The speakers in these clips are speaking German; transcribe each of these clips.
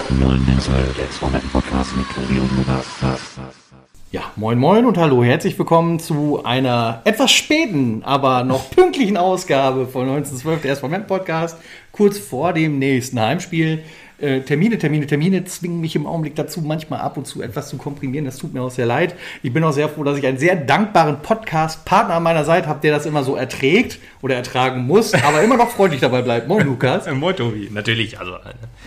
Ja, moin moin und hallo, herzlich willkommen zu einer etwas späten, aber noch pünktlichen Ausgabe von 1912, der SV Meppen Podcast, kurz vor dem nächsten Heimspiel. Termine zwingen mich im Augenblick dazu, manchmal ab und zu etwas zu komprimieren. Das tut mir auch sehr leid. Ich bin auch sehr froh, dass ich einen sehr dankbaren Podcast-Partner an meiner Seite habe, der das immer so erträgt oder ertragen muss, aber immer noch freundlich dabei bleibt. Moin, Lukas. Moin, Tobi. Natürlich, also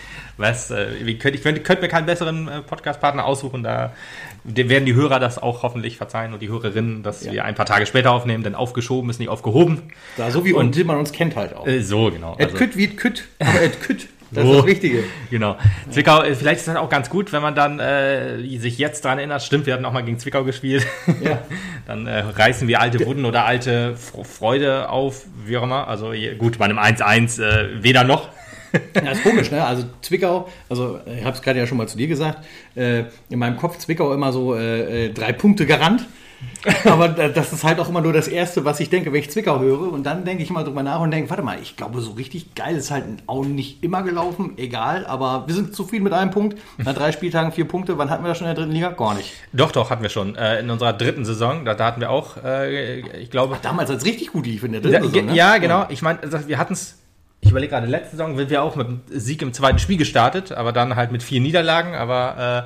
ich könnte mir keinen besseren Podcast-Partner aussuchen. Da werden die Hörer das auch hoffentlich verzeihen und die Hörerinnen, dass wir ein paar Tage später aufnehmen, denn aufgeschoben ist nicht aufgehoben. Ja, so wie man uns kennt halt auch. So, genau. Kütt wie Kütt, aber Kütt. Das ist das Wichtige. Genau. Zwickau, vielleicht ist das auch ganz gut, wenn man dann sich jetzt daran erinnert, stimmt, wir hatten auch mal gegen Zwickau gespielt. Ja. Dann reißen wir alte Wunden oder alte Freude auf, wie auch immer. Also gut, bei einem 1-1 weder noch. Ja, ist komisch, ne? Also Zwickau, ich habe es gerade ja schon mal zu dir gesagt, in meinem Kopf Zwickau immer so 3 Punkte Garant. Aber das ist halt auch immer nur das Erste, was ich denke, wenn ich Zwickau höre. Und dann denke ich immer drüber nach und denke, warte mal, ich glaube, so richtig geil ist halt auch nicht immer gelaufen. Egal, aber wir sind zufrieden mit einem Punkt. Nach 3 Spieltagen 4 Punkte. Wann hatten wir das schon in der 3. Liga? Gar nicht. Doch, hatten wir schon. In unserer 3. Saison, da hatten wir auch, ich glaube... Ach, damals, als es richtig gut lief in der 3. Saison, ne? Ja, genau. Ich meine, wir hatten es... Ich überlege gerade, letzte Saison sind wir auch mit einem Sieg im 2. Spiel gestartet, aber dann halt mit 4 Niederlagen, aber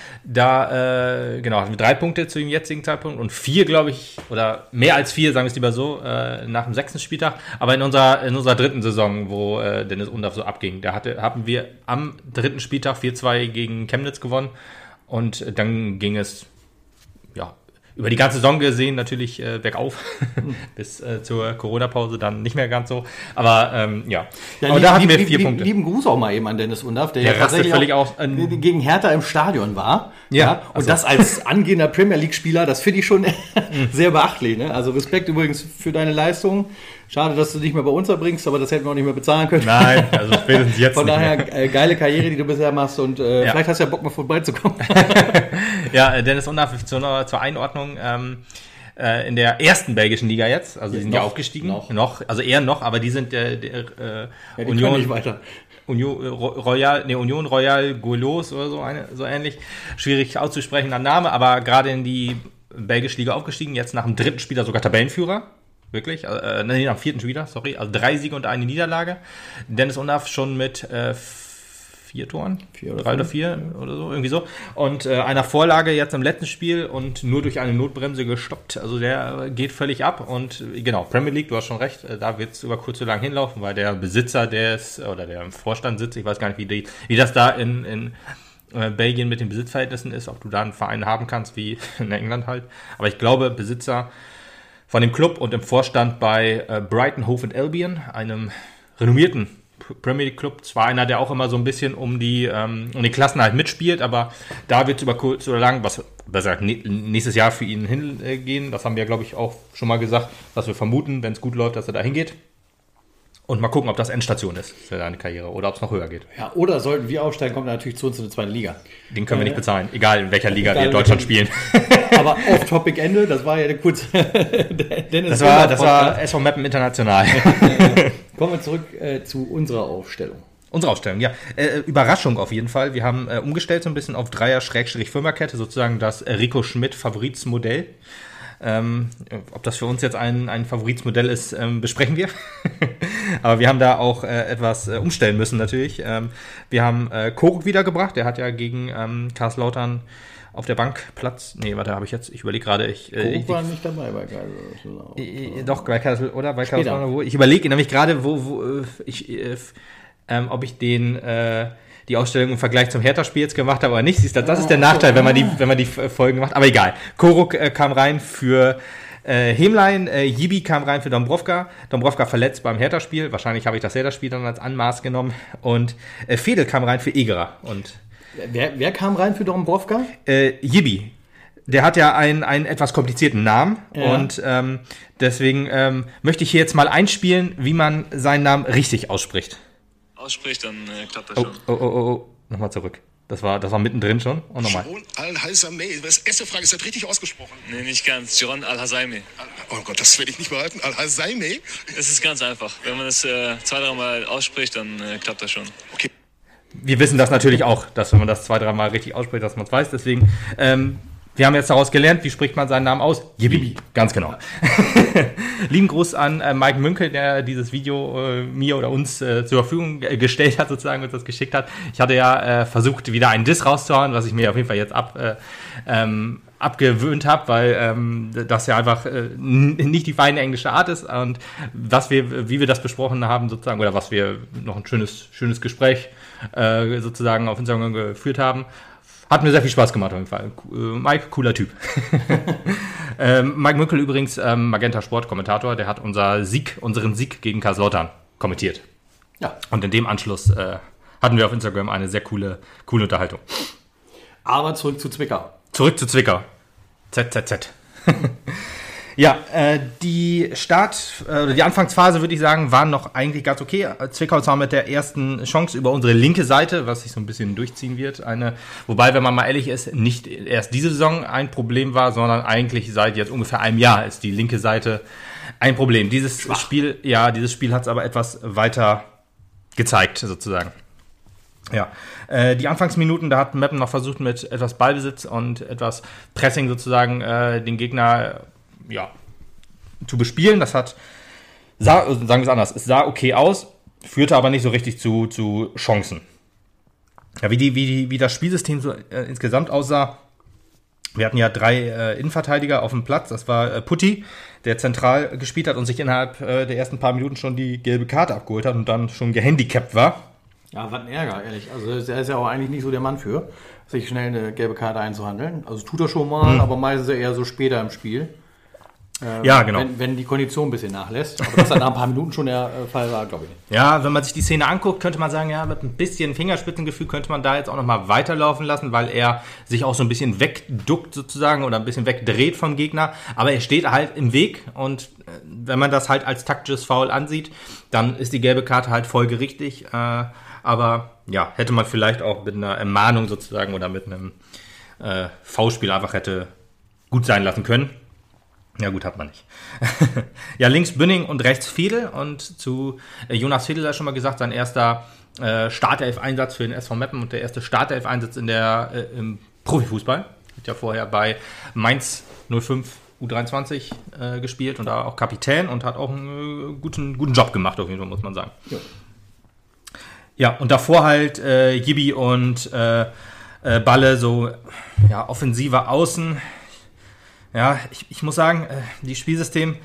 hatten wir 3 Punkte zu dem jetzigen Zeitpunkt und 4, glaube ich, oder mehr als 4, sagen wir es lieber so, nach dem 6. Spieltag, aber in unserer 3. Saison, wo Dennis Undaff so abging, da hatten wir am 3. Spieltag 4-2 gegen Chemnitz gewonnen und dann ging es, ja, über die ganze Saison gesehen natürlich bergauf, bis zur Corona-Pause dann nicht mehr ganz so. Aber aber da hatten wir 4 Punkte. Lieben Gruß auch mal eben an Dennis Undaff, der ja tatsächlich völlig auch gegen Hertha im Stadion war. Ja, und das als angehender Premier League-Spieler, das finde ich schon sehr beachtlich. Ne? Also Respekt übrigens für deine Leistung. Schade, dass du dich nicht mehr bei uns erbringst, aber das hätten wir auch nicht mehr bezahlen können. Nein, also spätestens jetzt Von daher geile Karriere, die du bisher machst und vielleicht hast du ja Bock mal vorbeizukommen. Ja, Dennis Undaff zur Einordnung in der 1. belgischen Liga jetzt, also die sind ja aufgestiegen. Noch, also eher noch, aber die sind die Union nicht weiter. Union Royal Gaulois oder so ähnlich. Schwierig auszusprechen an Name, aber gerade in die belgische Liga aufgestiegen, jetzt nach dem 3. Spieler sogar Tabellenführer. Wirklich? Am 4. Spieler, sorry. Also 3 Siege und 1 Niederlage. Dennis Undaff schon mit 4 Toren? 3 oder 4 oder so, irgendwie so. Und einer Vorlage jetzt im letzten Spiel und nur durch eine Notbremse gestoppt. Also der geht völlig ab. Und genau, Premier League, du hast schon recht, da wird es über kurz oder lang hinlaufen, weil der Besitzer, der im Vorstand sitzt, ich weiß gar nicht, wie das da in Belgien mit den Besitzverhältnissen ist, ob du da einen Verein haben kannst, wie in England halt. Aber ich glaube, Besitzer von dem Club und im Vorstand bei Brighton Hove and Albion, einem renommierten Premier League Club, zwar einer, der auch immer so ein bisschen um die Klassenerhalt mitspielt, aber da wird es über kurz oder lang, was besser nächstes Jahr für ihn hingehen. Das haben wir, glaube ich, auch schon mal gesagt, dass wir vermuten, wenn es gut läuft, dass er da hingeht. Und mal gucken, ob das Endstation ist für seine Karriere oder ob es noch höher geht. Ja, oder sollten wir aufsteigen, kommt er natürlich zu uns in die 2. Liga. Den können wir nicht bezahlen, egal in welcher Liga wir in Deutschland spielen. Aber Off-Topic-Ende, das war ja kurz Dennis. Das war SV Meppen International. Kommen wir zurück zu unserer Aufstellung. Unsere Aufstellung, ja. Überraschung auf jeden Fall. Wir haben umgestellt so ein bisschen auf 3er-Fünferkette, sozusagen das Rico Schmidt-Favoritsmodell. Ob das für uns jetzt ein Favoritsmodell ist, besprechen wir. Aber wir haben da auch etwas umstellen müssen natürlich. Wir haben Koruk wiedergebracht. Der hat ja gegen Karlslautern auf der Bank Platz. Nee, warte, habe ich jetzt. Ich überlebe gerade. Koruk war nicht dabei bei Karlslautern. Doch, bei Karlslautern, oder? Bei Karlslautern. Ich überlege nämlich gerade, ob ich die Ausstellung im Vergleich zum Hertha-Spiel jetzt gemacht habe oder nicht. Siehst du, das ist der Nachteil, wenn man die Folgen macht. Aber egal. Koruk kam rein für Hemlein, Jibi kam rein für Dombrovka. Dombrovka verletzt beim Hertha-Spiel. Wahrscheinlich habe ich das Hertha-Spiel dann als Anmaß genommen. Und Fedel kam rein für Egerer. Und wer kam rein für Dombrovka? Jibi. Der hat ja einen etwas komplizierten Namen. Ja. Und deswegen möchte ich hier jetzt mal einspielen, wie man seinen Namen richtig ausspricht. Dann klappt das schon. Oh. Nochmal zurück. Das war mittendrin schon. Und nochmal. Jeroen Al-Hazaimi. Erste Frage, ist das richtig ausgesprochen? Nee, nicht ganz. Jeroen Al-Hazaimi. Oh Gott, das werde ich nicht behalten. Al-Hazaimi? Es ist ganz einfach. Wenn man das 2-3 Mal ausspricht, dann klappt das schon. Okay. wir wissen das natürlich auch, dass wenn man das 2-3 Mal richtig ausspricht, dass man es weiß. Deswegen, wir haben jetzt daraus gelernt, wie spricht man seinen Namen aus? Yibi. Ganz genau. Lieben Gruß an Mike Münkel, der dieses Video mir oder uns zur Verfügung gestellt hat, sozusagen, uns das geschickt hat. Ich hatte ja versucht, wieder einen Diss rauszuhauen, was ich mir auf jeden Fall jetzt abgewöhnt habe, weil das ja einfach nicht die feine englische Art ist und wie wir das besprochen haben sozusagen, oder was wir noch ein schönes Gespräch sozusagen auf Instagram geführt haben, hat mir sehr viel Spaß gemacht auf jeden Fall. Mike, cooler Typ. Mike Münkel übrigens, Magenta Sport Kommentator, der hat unseren Sieg gegen Kaiserslautern kommentiert. Ja. Und in dem Anschluss hatten wir auf Instagram eine sehr coole Unterhaltung. Aber zurück zu Zwickau. Zurück zu Zwickau. ZZZ. Ja, die Anfangsphase, würde ich sagen, waren noch eigentlich ganz okay. Zwickau zwar mit der ersten Chance über unsere linke Seite, was sich so ein bisschen durchziehen wird. Wobei, wenn man mal ehrlich ist, nicht erst diese Saison ein Problem war, sondern eigentlich seit jetzt ungefähr einem Jahr ist die linke Seite ein Problem. Dieses Spiel hat es aber etwas weiter gezeigt, sozusagen. Ja, die Anfangsminuten, da hat Meppen noch versucht, mit etwas Ballbesitz und etwas Pressing sozusagen den Gegner zu bespielen. Sagen wir es anders, es sah okay aus, führte aber nicht so richtig zu Chancen. Ja, wie das Spielsystem so insgesamt aussah, wir hatten ja 3 Innenverteidiger auf dem Platz. Das war Putti, der zentral gespielt hat und sich innerhalb der ersten paar Minuten schon die gelbe Karte abgeholt hat und dann schon gehandicapt war. Ja, was ein Ärger, ehrlich. Also er ist ja auch eigentlich nicht so der Mann für, sich schnell eine gelbe Karte einzuhandeln. Also tut er schon mal, aber meistens eher so später im Spiel. Ja, genau. Wenn die Kondition ein bisschen nachlässt. Aber dass das nach ein paar Minuten schon der Fall war, glaube ich nicht. Ja, wenn man sich die Szene anguckt, könnte man sagen, ja, mit ein bisschen Fingerspitzengefühl könnte man da jetzt auch nochmal weiterlaufen lassen, weil er sich auch so ein bisschen wegduckt sozusagen oder ein bisschen wegdreht vom Gegner. Aber er steht halt im Weg und wenn man das halt als taktisches Foul ansieht, dann ist die gelbe Karte halt folgerichtig. Aber ja, hätte man vielleicht auch mit einer Ermahnung sozusagen oder mit einem Foulspiel einfach hätte gut sein lassen können. Ja gut, hat man nicht. Ja, links Bünning und rechts Fiedel und zu Jonas Fiedel hat schon mal gesagt, sein erster Startelf-Einsatz für den SV Meppen und der erste Startelf-Einsatz im Profifußball. Hat ja vorher bei Mainz 05 U23 gespielt und da auch Kapitän und hat auch einen guten Job gemacht, auf jeden Fall, muss man sagen. Ja, und davor halt Yibi und Balle, so offensiver Außen. Ja, ich muss sagen, die Spielsystem,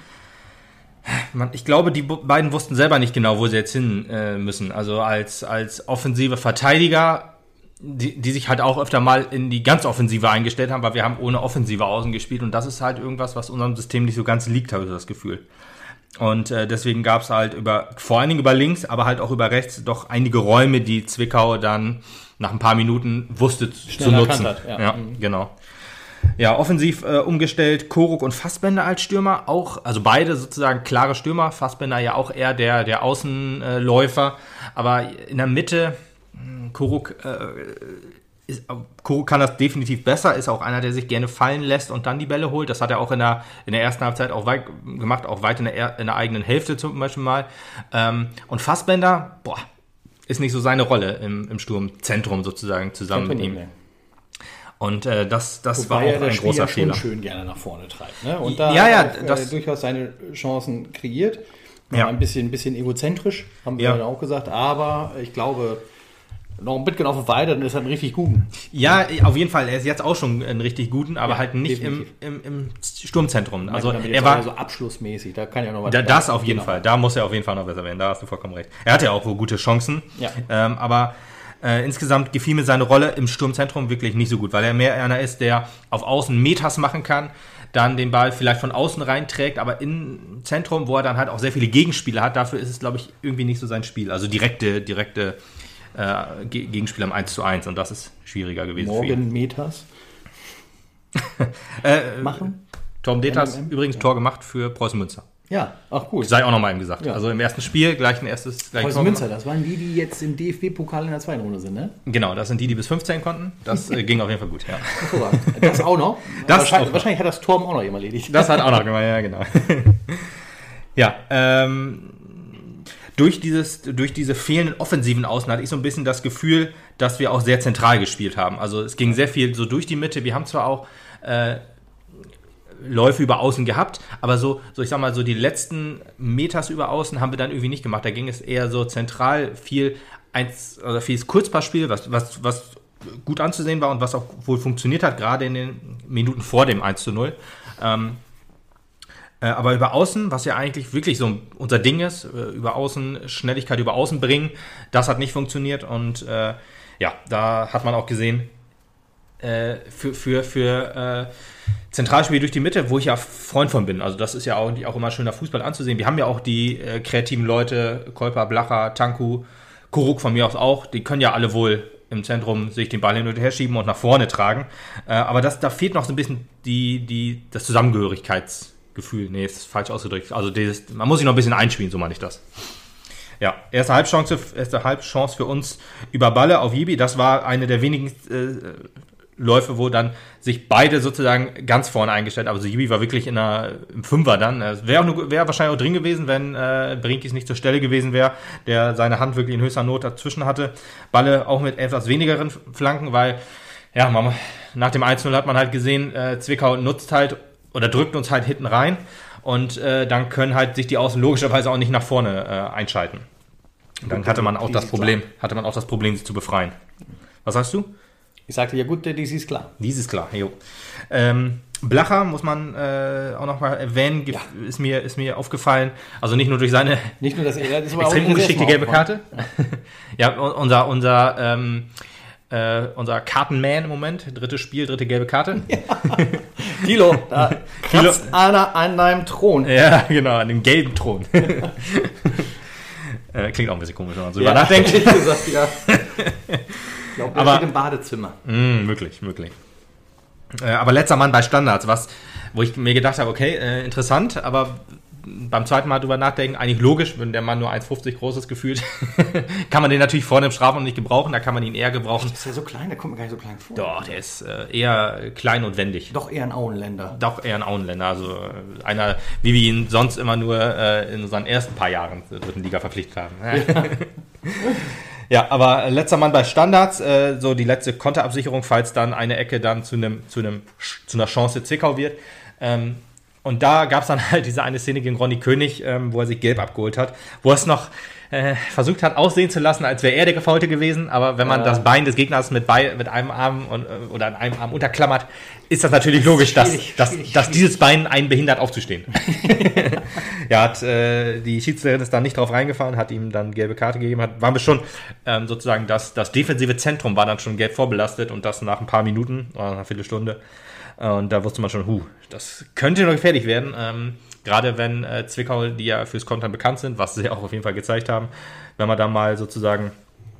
ich glaube, die beiden wussten selber nicht genau, wo sie jetzt hin müssen. Also als offensive Verteidiger, die sich halt auch öfter mal in die ganz Offensive eingestellt haben, weil wir haben ohne offensive Außen gespielt und das ist halt irgendwas, was unserem System nicht so ganz liegt, habe ich das Gefühl. Und deswegen gab es halt vor allen Dingen über links, aber halt auch über rechts doch einige Räume, die Zwickau dann nach ein paar Minuten wusste zu nutzen. Ja, genau. Ja, offensiv umgestellt, Koruk und Fassbender als Stürmer, auch, also beide sozusagen klare Stürmer, Fassbender ja auch eher der Außenläufer, aber in der Mitte, Koruk kann das definitiv besser, ist auch einer, der sich gerne fallen lässt und dann die Bälle holt, das hat er auch in der ersten Halbzeit auch weit gemacht, auch weit in der eigenen Hälfte zum Beispiel mal, und Fassbender, ist nicht so seine Rolle im Sturmzentrum sozusagen zusammen mit ihm. Und das war auch ein großer Fehler. Schon schön gerne nach vorne treibt. Ne? Und da das durchaus seine Chancen kreiert. Ein bisschen egozentrisch, haben wir auch gesagt. Aber ich glaube, noch ein bisschen auf der Weide, dann ist er ein richtig guten. Ja, auf jeden Fall. Er ist jetzt auch schon ein richtig guten, aber halt nicht im Sturmzentrum. Also er war so abschlussmäßig. Da kann ja noch was. Das auf jeden Fall. Da muss er auf jeden Fall noch besser werden. Da hast du vollkommen recht. Er hatte ja auch wohl gute Chancen. Ja. Aber insgesamt gefiel mir seine Rolle im Sturmzentrum wirklich nicht so gut, weil er mehr einer ist, der auf Außen Meters machen kann, dann den Ball vielleicht von außen reinträgt, aber im Zentrum, wo er dann halt auch sehr viele Gegenspieler hat, dafür ist es, glaube ich, irgendwie nicht so sein Spiel. Also direkte Gegenspieler im 1:1 und das ist schwieriger gewesen für ihn. Meters machen? Torben Deters übrigens Tor gemacht für Preußen Münster. Ja, ach cool. Sei auch nochmal ihm gesagt. Ja. Also im ersten Spiel gleich ein erstes Preußen Münster, das waren die jetzt im DFB-Pokal in der zweiten Runde sind, ne? Genau, das sind die bis 15 konnten. Das ging auf jeden Fall gut, ja. Das auch noch? Wahrscheinlich hat das Torben auch noch eben erledigt. Das hat auch noch gemacht, ja, genau. Ja, durch diese fehlenden offensiven Außen hatte ich so ein bisschen das Gefühl, dass wir auch sehr zentral gespielt haben. Also es ging sehr viel so durch die Mitte. Wir haben zwar auch Läufe über Außen gehabt, aber so ich sag mal, so die letzten Meters über Außen haben wir dann irgendwie nicht gemacht. Da ging es eher so zentral vieles Kurzpassspiel, was gut anzusehen war und was auch wohl funktioniert hat, gerade in den Minuten vor dem 1:0. Aber über Außen, was ja eigentlich wirklich so unser Ding ist, über Außen, Schnelligkeit über Außen bringen, das hat nicht funktioniert und da hat man auch gesehen, für Zentralspiel durch die Mitte, wo ich ja Freund von bin. Also das ist ja auch immer schöner Fußball anzusehen. Wir haben ja auch die kreativen Leute, Kolper, Blacher, Tanku, Kuruk von mir aus auch, die können ja alle wohl im Zentrum sich den Ball hin und her schieben und nach vorne tragen. Aber da fehlt noch so ein bisschen das Zusammengehörigkeitsgefühl. Nee, ist falsch ausgedrückt. Also man muss sich noch ein bisschen einspielen, so meine ich das. Ja, erste Halbchance für uns über Balle auf Yibi. Das war eine der wenigen Läufe, wo dann sich beide sozusagen ganz vorne eingestellt haben. Also Yibi war wirklich im Fünfer dann. Wäre wahrscheinlich auch drin gewesen, wenn Brinkis nicht zur Stelle gewesen wäre, der seine Hand wirklich in höchster Not dazwischen hatte. Balle auch mit etwas wenigeren Flanken, weil nach dem 1:0 hat man halt gesehen, Zwickau nutzt halt oder drückt uns halt hinten rein. Und dann können halt sich die Außen logischerweise auch nicht nach vorne einschalten. Dann hatte man auch das Problem, sie zu befreien. Was sagst du? Ich sagte, ja gut, dies ist klar. Dies ist klar, jo. Blacher muss man auch nochmal erwähnen, ist mir aufgefallen. Also nicht nur durch seine extrem ungeschickte gelbe Karte. Ja, unser Kartenman im Moment, drittes Spiel, dritte gelbe Karte. Ja. Thilo, da kratzt einer an deinem Thron. Ja, genau, an dem gelben Thron. Klingt auch ein bisschen komisch, wenn man so drüber nachdenkt. Ich gesagt, ja. Ich glaube, der steht im Badezimmer. Möglich. Aber letzter Mann bei Standards, wo ich mir gedacht habe, okay, interessant, aber beim zweiten Mal drüber nachdenken, eigentlich logisch, wenn der Mann nur 1,50 groß ist gefühlt, kann man den natürlich vorne im Strafraum nicht gebrauchen, da kann man ihn eher gebrauchen. Ist ja so klein, der kommt mir gar nicht so klein vor. Doch, der ist eher klein und wendig. Doch eher ein Auenländer, also einer, wie wir ihn sonst immer nur in unseren ersten paar Jahren der dritten Liga verpflichtet haben. Ja. Ja, aber letzter Mann bei Standards, so die letzte Konterabsicherung, falls dann eine Ecke dann zu einer Chance Zwickau wird. Und da gab es dann halt diese eine Szene gegen Ronny König, wo er sich gelb abgeholt hat, wo er es noch versucht hat aussehen zu lassen, als wäre er der Gefaulte gewesen, aber wenn man das Bein des Gegners mit einem Arm oder an einem Arm unterklammert, ist das natürlich logisch, dass dieses Bein einen behindert aufzustehen. Ja, die Schiedsrichterin ist dann nicht drauf reingefahren, hat ihm dann gelbe Karte gegeben, waren wir schon sozusagen, das defensive Zentrum war dann schon gelb vorbelastet und das nach ein paar Minuten oder einer Viertelstunde. Und da wusste man schon, das könnte noch gefährlich werden. Gerade wenn Zwickau, die ja fürs Kontern bekannt sind, was sie auch auf jeden Fall gezeigt haben, wenn man da mal sozusagen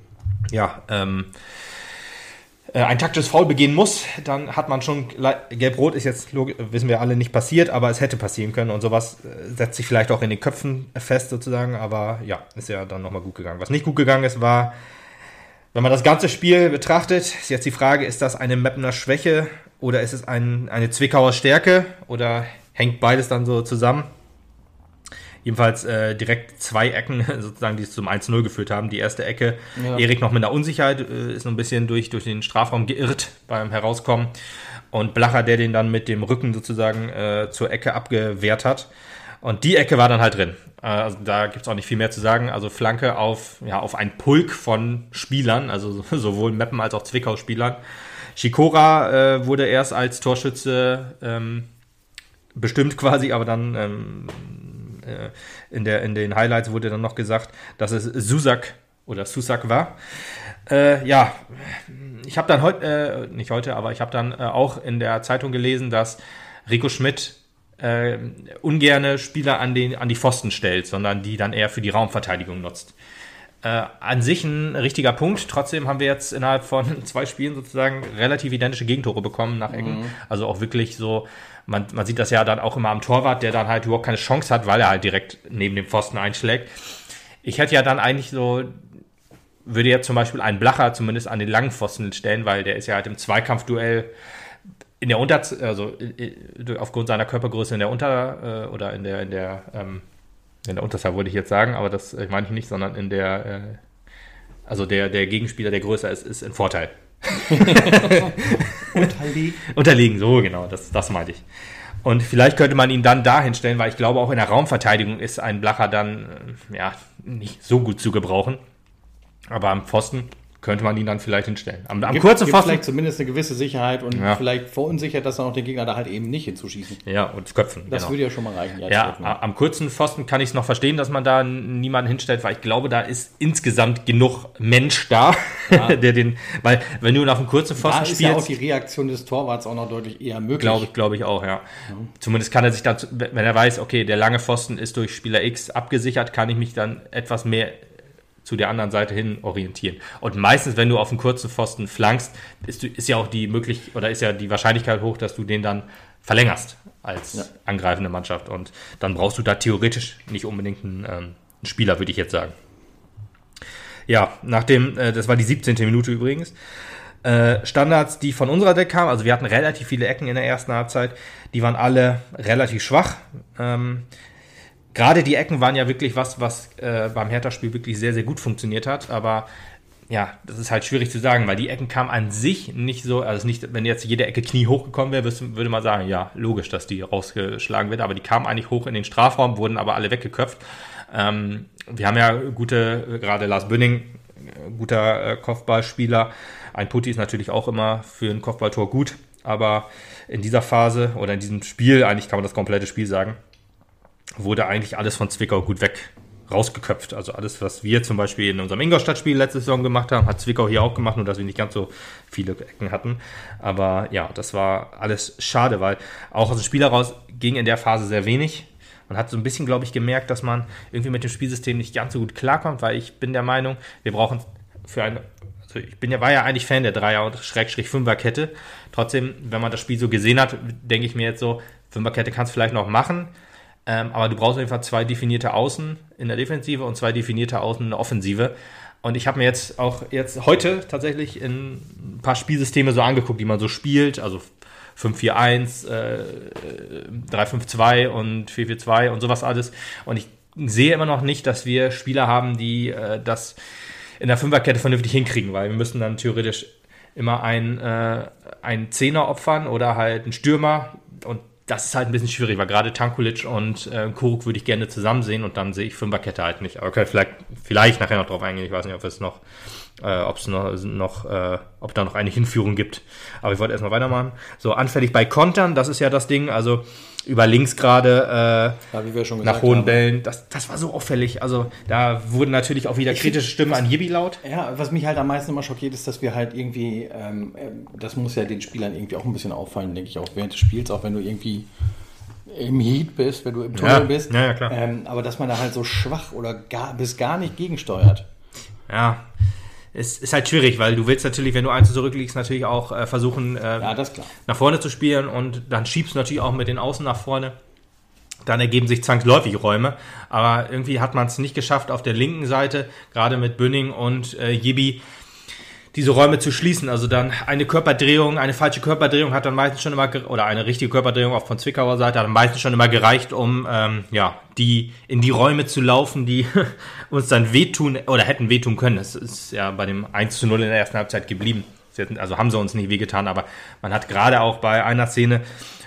ein taktisches Foul begehen muss, dann hat man schon, Gelb-Rot ist jetzt, wissen wir alle, nicht passiert, aber es hätte passieren können und sowas setzt sich vielleicht auch in den Köpfen fest sozusagen, aber ja, ist ja dann nochmal gut gegangen. Was nicht gut gegangen ist, war, wenn man das ganze Spiel betrachtet, ist jetzt die Frage, ist das eine Meppener Schwäche oder ist es eine Zwickauer Stärke oder hängt beides dann so zusammen? Jedenfalls direkt 2 Ecken, sozusagen, die es zum 1:0 geführt haben. Die erste Ecke, Erik noch mit einer Unsicherheit, ist noch ein bisschen durch den Strafraum geirrt beim Herauskommen. Und Blacher, der den dann mit dem Rücken sozusagen zur Ecke abgewehrt hat. Und die Ecke war dann halt drin. Also da gibt es auch nicht viel mehr zu sagen. Also Flanke auf einen Pulk von Spielern, also sowohl Meppen als auch Zwickau-Spielern. Schikora wurde erst als Torschütze bestimmt quasi, aber dann in den Highlights wurde dann noch gesagt, dass es Susak war. Ich habe dann ich habe dann auch in der Zeitung gelesen, dass Rico Schmidt ungerne Spieler an die Pfosten stellt, sondern die dann eher für die Raumverteidigung nutzt. An sich ein richtiger Punkt. Trotzdem haben wir jetzt innerhalb von 2 Spielen sozusagen relativ identische Gegentore bekommen nach Ecken. Also auch wirklich so, man sieht das ja dann auch immer am Torwart, der dann halt überhaupt keine Chance hat, weil er halt direkt neben dem Pfosten einschlägt. Ich hätte ja dann eigentlich würde jetzt zum Beispiel einen Blacher zumindest an den langen Pfosten stellen, weil der ist ja halt im Zweikampfduell in der aufgrund seiner Körpergröße in der In der Unterzahl wollte ich jetzt sagen, aber das meine ich nicht, sondern in der, also der Gegenspieler, der größer ist in Vorteil. Unterlegen, so genau, das meinte ich. Und vielleicht könnte man ihn dann dahin stellen, weil ich glaube, auch in der Raumverteidigung ist ein Blacher dann nicht so gut zu gebrauchen. Aber am Pfosten könnte man ihn dann vielleicht hinstellen. Am kurzen Pfosten vielleicht zumindest eine gewisse Sicherheit und vielleicht verunsichert, dass dann auch den Gegner da halt eben nicht hinzuschießen. Ja, und köpfen. Das würde ja schon mal reichen. Am kurzen Pfosten kann ich es noch verstehen, dass man da niemanden hinstellt, weil ich glaube, da ist insgesamt genug Mensch da, weil wenn du auf dem kurzen Pfosten spielst... Da ist ja auch die Reaktion des Torwarts auch noch deutlich eher möglich. Glaube ich auch, ja. Zumindest kann er sich dann, wenn er weiß, okay, der lange Pfosten ist durch Spieler X abgesichert, kann ich mich dann etwas mehr zu der anderen Seite hin orientieren. Und meistens, wenn du auf einen kurzen Pfosten flankst, ist ja auch die Wahrscheinlichkeit hoch, dass du den dann verlängerst als angreifende Mannschaft. Und dann brauchst du da theoretisch nicht unbedingt einen Spieler, würde ich jetzt sagen. Ja, das war die 17. Minute übrigens. Standards, die von unserer Seite kamen, also wir hatten relativ viele Ecken in der ersten Halbzeit, die waren alle relativ schwach. Gerade die Ecken waren ja wirklich was beim Hertha-Spiel wirklich sehr, sehr gut funktioniert hat. Aber ja, das ist halt schwierig zu sagen, weil die Ecken kamen an sich nicht so, also nicht, wenn jetzt jede Ecke kniehoch gekommen wäre, würde man sagen, ja, logisch, dass die rausgeschlagen wird. Aber die kamen eigentlich hoch in den Strafraum, wurden aber alle weggeköpft. Wir haben ja gerade Lars Bünning, guter Kopfballspieler. Ein Putti ist natürlich auch immer für ein Kopfballtor gut. Aber in dieser Phase oder in diesem Spiel, eigentlich kann man das komplette Spiel sagen, wurde eigentlich alles von Zwickau gut rausgeköpft. Also alles, was wir zum Beispiel in unserem Ingolstadt-Spiel letzte Saison gemacht haben, hat Zwickau hier auch gemacht, nur dass wir nicht ganz so viele Ecken hatten. Aber ja, das war alles schade, weil auch aus dem Spiel heraus ging in der Phase sehr wenig. Man hat so ein bisschen, glaube ich, gemerkt, dass man irgendwie mit dem Spielsystem nicht ganz so gut klarkommt, weil ich bin der Meinung, wir brauchen war ja eigentlich Fan der Dreier- und Fünferkette. Trotzdem, wenn man das Spiel so gesehen hat, denke ich mir jetzt so, Fünferkette kannst du vielleicht noch machen, aber du brauchst auf jeden Fall 2 definierte Außen in der Defensive und 2 definierte Außen in der Offensive. Und ich habe mir jetzt heute tatsächlich ein paar Spielsysteme so angeguckt, die man so spielt, also 5-4-1, 3-5-2 und 4-4-2 und sowas alles. Und ich sehe immer noch nicht, dass wir Spieler haben, die das in der Fünferkette vernünftig hinkriegen, weil wir müssen dann theoretisch immer einen Zehner opfern oder halt einen Stürmer, und das ist halt ein bisschen schwierig, weil gerade Tankulic und Kuruk würde ich gerne zusammen sehen und dann sehe ich Fünferkette halt nicht. Aber vielleicht nachher noch drauf eingehen, ich weiß nicht, ob da noch eine Hinführung gibt. Aber ich wollte erstmal weitermachen. So, anfällig bei Kontern, das ist ja das Ding, also über links gerade wie wir schon nach hohen Bällen, das war so auffällig. Also da wurden natürlich auch wieder kritische Stimmen an Jibi laut. Ja, was mich halt am meisten immer schockiert, ist, dass wir halt irgendwie, das muss ja den Spielern irgendwie auch ein bisschen auffallen, denke ich, auch während des Spiels, auch wenn du irgendwie im Heat bist, wenn du im Tunnel bist. Ja, klar. Aber dass man da halt so schwach oder gar nicht gegensteuert. Ja, es ist halt schwierig, weil du willst natürlich, wenn du 1 zurückliegst, natürlich auch versuchen, das klar, nach vorne zu spielen, und dann schiebst du natürlich auch mit den Außen nach vorne. Dann ergeben sich zwangsläufig Räume, aber irgendwie hat man es nicht geschafft, auf der linken Seite, gerade mit Bünning und Jibi, diese Räume zu schließen. Also dann eine falsche Körperdrehung hat dann meistens schon immer, oder eine richtige Körperdrehung auch von Zwickauer Seite hat dann meistens schon immer gereicht, um in die Räume zu laufen, die uns dann wehtun oder hätten wehtun können. Das ist ja bei dem 1:0 in der ersten Halbzeit geblieben. Also haben sie uns nicht wehgetan, aber man hat gerade auch bei einer Szene,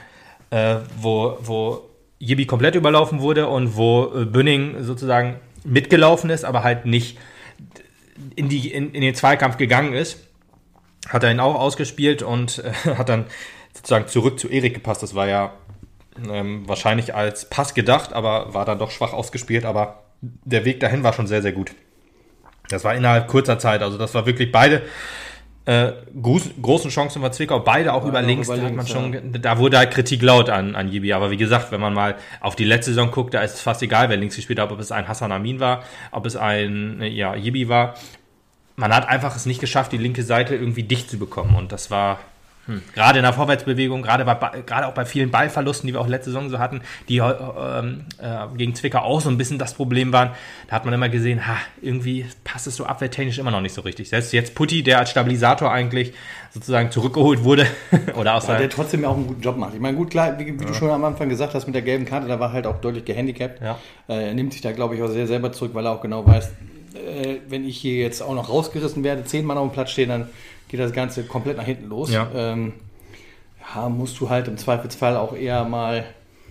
wo Jibi komplett überlaufen wurde und wo Bünning sozusagen mitgelaufen ist, aber halt nicht in den Zweikampf gegangen ist, hat er ihn auch ausgespielt und hat dann sozusagen zurück zu Erik gepasst. Das war ja wahrscheinlich als Pass gedacht, aber war dann doch schwach ausgespielt, aber der Weg dahin war schon sehr, sehr gut. Das war innerhalb kurzer Zeit, also das war wirklich beide großen Chancen von Zwickau, beide auch über links, da wurde halt Kritik laut an Jibi, aber wie gesagt, wenn man mal auf die letzte Saison guckt, da ist es fast egal, wer links gespielt hat, ob es ein Hassan Amin war, ob es ein Jibi war. Man hat einfach es nicht geschafft, die linke Seite irgendwie dicht zu bekommen, und das war Gerade in der Vorwärtsbewegung, gerade auch bei vielen Ballverlusten, die wir auch letzte Saison so hatten, die gegen Zwickau auch so ein bisschen das Problem waren. Da hat man immer gesehen, irgendwie passt es so abwehrtechnisch immer noch nicht so richtig. Selbst jetzt Putti, der als Stabilisator eigentlich sozusagen zurückgeholt wurde. Oder auch der trotzdem auch einen guten Job macht. Ich meine, gut, klar, wie du schon am Anfang gesagt hast, mit der gelben Karte, da war halt auch deutlich gehandicapt. Ja. Er nimmt sich da, glaube ich, auch sehr selber zurück, weil er auch genau weiß, wenn ich hier jetzt auch noch rausgerissen werde, 10 Mann auf dem Platz stehen, dann geht das Ganze komplett nach hinten los. Ja. Musst du halt im Zweifelsfall auch eher mal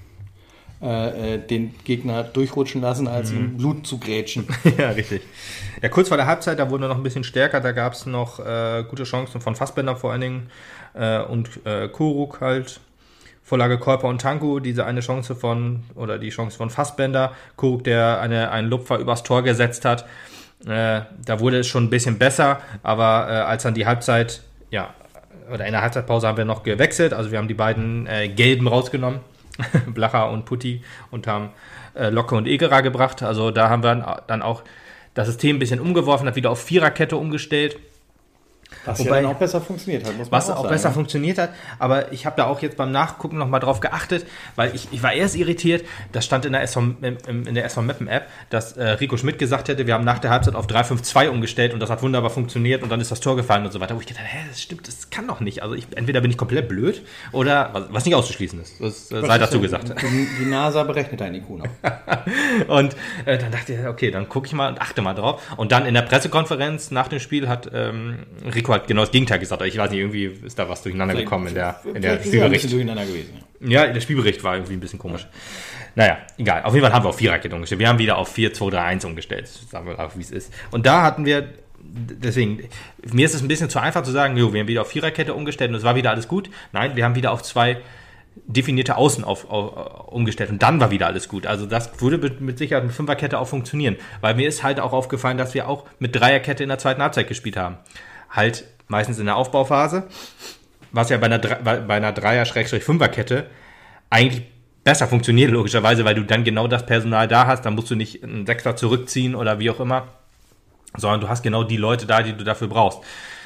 den Gegner durchrutschen lassen, als ihm Blut zu grätschen. Ja, richtig. Ja, kurz vor der Halbzeit, da wurden wir noch ein bisschen stärker, da gab es noch gute Chancen von Fassbender vor allen Dingen und Kuruk halt. Vorlage Kolper und Tanku, diese eine Chance die Chance von Fassbender. Kuruk, der einen Lupfer übers Tor gesetzt hat. Da wurde es schon ein bisschen besser, aber als dann die Halbzeit, oder in der Halbzeitpause haben wir noch gewechselt, also wir haben die beiden Gelben rausgenommen, Blacher und Putti, und haben Locke und Egerer gebracht. Also da haben wir dann auch das System ein bisschen umgeworfen, hat wieder auf Viererkette umgestellt. Was ja dann auch besser funktioniert hat, muss man was auch sagen, besser funktioniert hat, aber ich habe da auch jetzt beim Nachgucken nochmal drauf geachtet, weil ich war erst irritiert, das stand in der SV Meppen App, dass Rico Schmidt gesagt hätte, wir haben nach der Halbzeit auf 3-5-2 umgestellt und das hat wunderbar funktioniert und dann ist das Tor gefallen und so weiter, wo ich gedacht habe, das stimmt, das kann doch nicht, also entweder bin ich komplett blöd oder, was nicht auszuschließen ist, das sei dazu gesagt. Die NASA berechnet einen IQ noch. Und dann dachte ich, okay, dann gucke ich mal und achte mal drauf und dann in der Pressekonferenz nach dem Spiel hat Rico hat genau das Gegenteil gesagt. Ich weiß nicht, irgendwie ist da was durcheinander gekommen in der Spielbericht. Durcheinander gewesen. Ja, der Spielbericht war irgendwie ein bisschen komisch. Naja, egal. Auf jeden Fall haben wir auf Viererkette umgestellt. Wir haben wieder auf 4-2-3-1 umgestellt. Sagen wir auch, wie es ist. Und da hatten wir, deswegen, mir ist es ein bisschen zu einfach zu sagen, wir haben wieder auf Viererkette umgestellt und es war wieder alles gut. Nein, wir haben wieder auf 2 definierte Außen umgestellt und dann war wieder alles gut. Also das würde mit Sicherheit mit Fünferkette auch funktionieren. Weil mir ist halt auch aufgefallen, dass wir auch mit Dreierkette in der zweiten Halbzeit gespielt haben. Halt meistens in der Aufbauphase, was ja bei einer Dreier-Fünfer-Kette eigentlich besser funktioniert, logischerweise, weil du dann genau das Personal da hast, dann musst du nicht einen Sechser zurückziehen oder wie auch immer, sondern du hast genau die Leute da, die du dafür brauchst.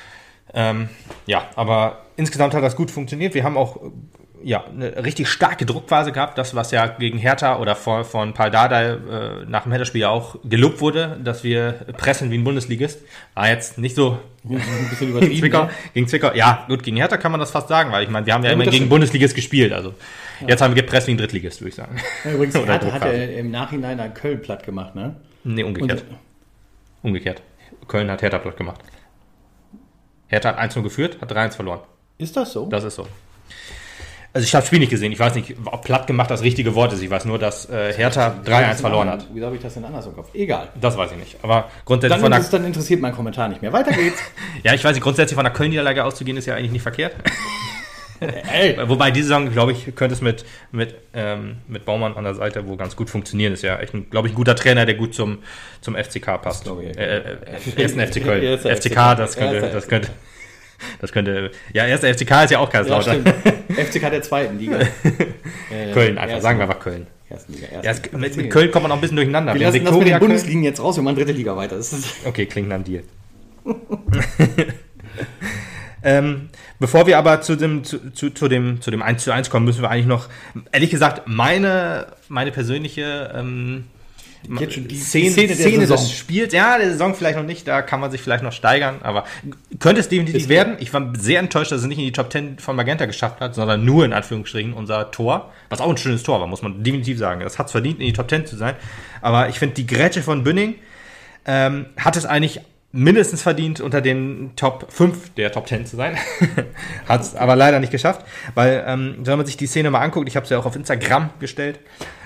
Aber insgesamt hat das gut funktioniert. Wir haben auch eine richtig starke Druckphase gehabt, das, was ja gegen Hertha oder von Paul Dardai nach dem Hertha-Spiel ja auch gelobt wurde, dass wir pressen wie ein Bundesligist. War jetzt nicht so ein bisschen übertrieben. Gegen Zwickau. Ja, gut, gegen Hertha kann man das fast sagen, weil ich meine, wir haben ja immer gegen Bundesligist gespielt. Also jetzt haben wir gepresst wie ein Drittligist, würde ich sagen. Ja, übrigens, Hertha hat er im Nachhinein an Köln platt gemacht, ne? Nee, umgekehrt. Köln hat Hertha platt gemacht. Hertha hat 1-0 geführt, hat 3-1 verloren. Ist das so? Das ist so. Also ich habe das Spiel nicht gesehen. Ich weiß nicht, ob platt gemacht das richtige Wort ist. Ich weiß nur, dass Hertha 3-1 verloren hat. Wieso habe ich das denn anders im Kopf? Egal. Das weiß ich nicht. Aber grundsätzlich dann interessiert mein Kommentar nicht mehr. Weiter geht's. Ja, ich weiß nicht, grundsätzlich von der Köln-Niederlage auszugehen, ist ja eigentlich nicht verkehrt. Wobei diese Saison, glaube ich, könnte es mit Baumann an der Seite wohl ganz gut funktionieren. Ist ja echt, glaube ich, ein guter Trainer, der gut zum FCK passt. Ersten FC Köln. FCK, das könnte. Ja, erster FCK ist ja auch Kaiserslautern. Ja, FCK der zweiten Liga. Köln, einfach. Sagen wir einfach Köln. Liga, mit Köln kommt man noch ein bisschen durcheinander. Wir lassen das mit den Bundesligen jetzt raus, wir machen dritte Liga weiter. Okay, klingt nach einem Deal. Bevor wir aber zu dem 1:1 kommen, müssen wir eigentlich noch, ehrlich gesagt, meine persönliche jetzt schon die Szene des Spiels, der Saison vielleicht noch nicht, da kann man sich vielleicht noch steigern, aber könnte es definitiv werden. Ich war sehr enttäuscht, dass es nicht in die Top 10 von Magenta geschafft hat, sondern nur in Anführungsstrichen unser Tor, was auch ein schönes Tor war, muss man definitiv sagen. Das hat es verdient, in die Top 10 zu sein, aber ich finde, die Grätsche von Bünning hat es eigentlich mindestens verdient, unter den Top 5 der Top 10 zu sein. Hat es aber leider nicht geschafft, weil, wenn man sich die Szene mal anguckt, ich habe es ja auch auf Instagram gestellt,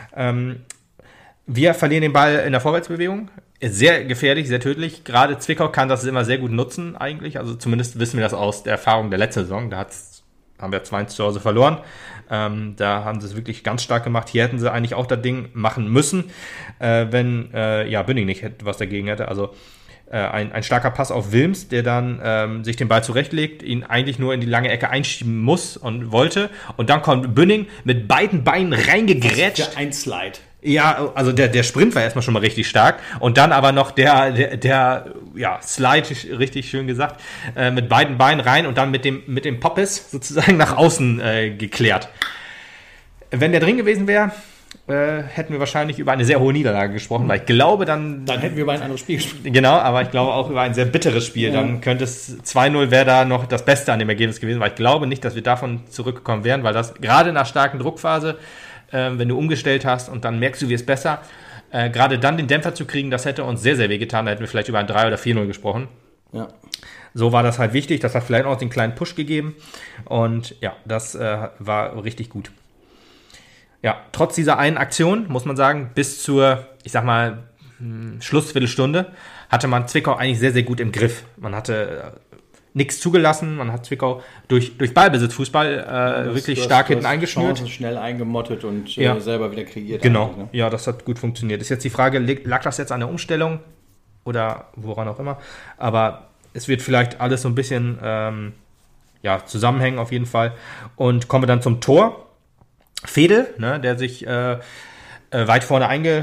wir verlieren den Ball in der Vorwärtsbewegung. Sehr gefährlich, sehr tödlich. Gerade Zwickau kann das immer sehr gut nutzen eigentlich. Also zumindest wissen wir das aus der Erfahrung der letzten Saison. Da haben wir 2-1 zu Hause verloren. Da haben sie es wirklich ganz stark gemacht. Hier hätten sie eigentlich auch das Ding machen müssen, wenn Bünning nicht was dagegen hätte. Also ein starker Pass auf Wilms, der dann sich den Ball zurechtlegt, ihn eigentlich nur in die lange Ecke einschieben muss und wollte. Und dann kommt Bünning mit beiden Beinen reingegrätscht. Ein Slide. Ja, also der Sprint war erstmal schon mal richtig stark und dann aber noch der Slide, richtig schön gesagt, mit beiden Beinen rein und dann mit dem Poppes sozusagen nach außen geklärt. Wenn der drin gewesen wäre, hätten wir wahrscheinlich über eine sehr hohe Niederlage gesprochen, weil ich glaube, dann hätten wir über ein anderes Spiel gesprochen. Genau, aber ich glaube auch über ein sehr bitteres Spiel. Ja. Dann könnte es 2-0 wäre da noch das Beste an dem Ergebnis gewesen, weil ich glaube nicht, dass wir davon zurückgekommen wären, weil das gerade nach starken Druckphase, wenn du umgestellt hast und dann merkst du, wie es besser, gerade dann den Dämpfer zu kriegen, das hätte uns sehr, sehr weh getan. Da hätten wir vielleicht über ein 3 oder 4-0 gesprochen. Ja. So war das halt wichtig. Das hat vielleicht auch den kleinen Push gegeben. Und ja, das war richtig gut. Ja, trotz dieser einen Aktion, muss man sagen, bis zur, ich sag mal, Schlussviertelstunde, hatte man Zwickau eigentlich sehr, sehr gut im Griff. Man hatte nichts zugelassen, man hat Zwickau durch Ballbesitzfußball wirklich stark hinten eingeschnürt. Schnell eingemottet und selber wieder kreiert. Genau, ne? Ja, das hat gut funktioniert. Ist jetzt die Frage, lag das jetzt an der Umstellung oder woran auch immer? Aber es wird vielleicht alles so ein bisschen zusammenhängen auf jeden Fall. Und kommen wir dann zum Tor. Fedel, ne, der sich weit vorne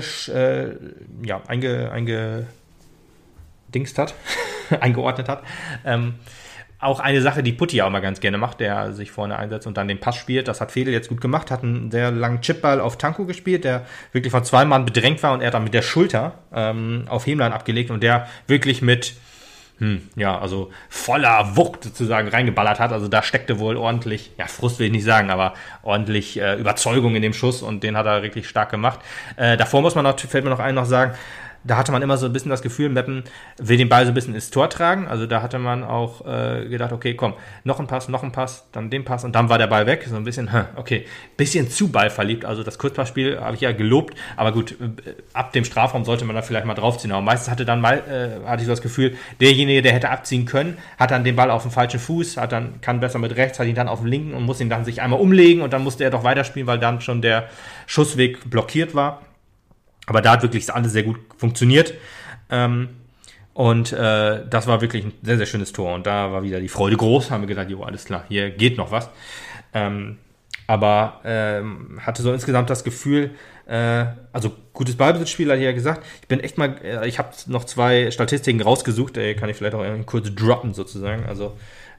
eingeordnet hat. Auch eine Sache, die Putti auch mal ganz gerne macht, der sich vorne einsetzt und dann den Pass spielt. Das hat Fedel jetzt gut gemacht, hat einen sehr langen Chipball auf Tanko gespielt, der wirklich von 2 Mann bedrängt war und er hat dann mit der Schulter auf Hemlein abgelegt und der wirklich mit also voller Wucht sozusagen reingeballert hat. Also da steckte wohl ordentlich, Frust will ich nicht sagen, aber ordentlich Überzeugung in dem Schuss und den hat er wirklich stark gemacht. Davor fällt mir noch ein, sagen, da hatte man immer so ein bisschen das Gefühl, Meppen will den Ball so ein bisschen ins Tor tragen. Also da hatte man auch gedacht, okay, komm, noch ein Pass, dann den Pass und dann war der Ball weg. So ein bisschen, bisschen zu ballverliebt. Also das Kurzpassspiel habe ich ja gelobt, aber gut, ab dem Strafraum sollte man da vielleicht mal draufziehen. Aber meistens hatte ich so das Gefühl, derjenige, der hätte abziehen können, hat dann den Ball auf dem falschen Fuß, kann besser mit rechts, hat ihn dann auf dem linken und muss ihn dann sich einmal umlegen und dann musste er doch weiterspielen, weil dann schon der Schussweg blockiert war. Aber da hat wirklich alles sehr gut funktioniert. Und das war wirklich ein sehr, sehr schönes Tor. Und da war wieder die Freude groß. Haben wir gedacht, jo, alles klar, hier geht noch was. Aber hatte so insgesamt das Gefühl, also gutes Ballbesitzspiel, hat er ja gesagt. Ich habe noch 2 Statistiken rausgesucht. Kann ich vielleicht auch kurz droppen sozusagen. Also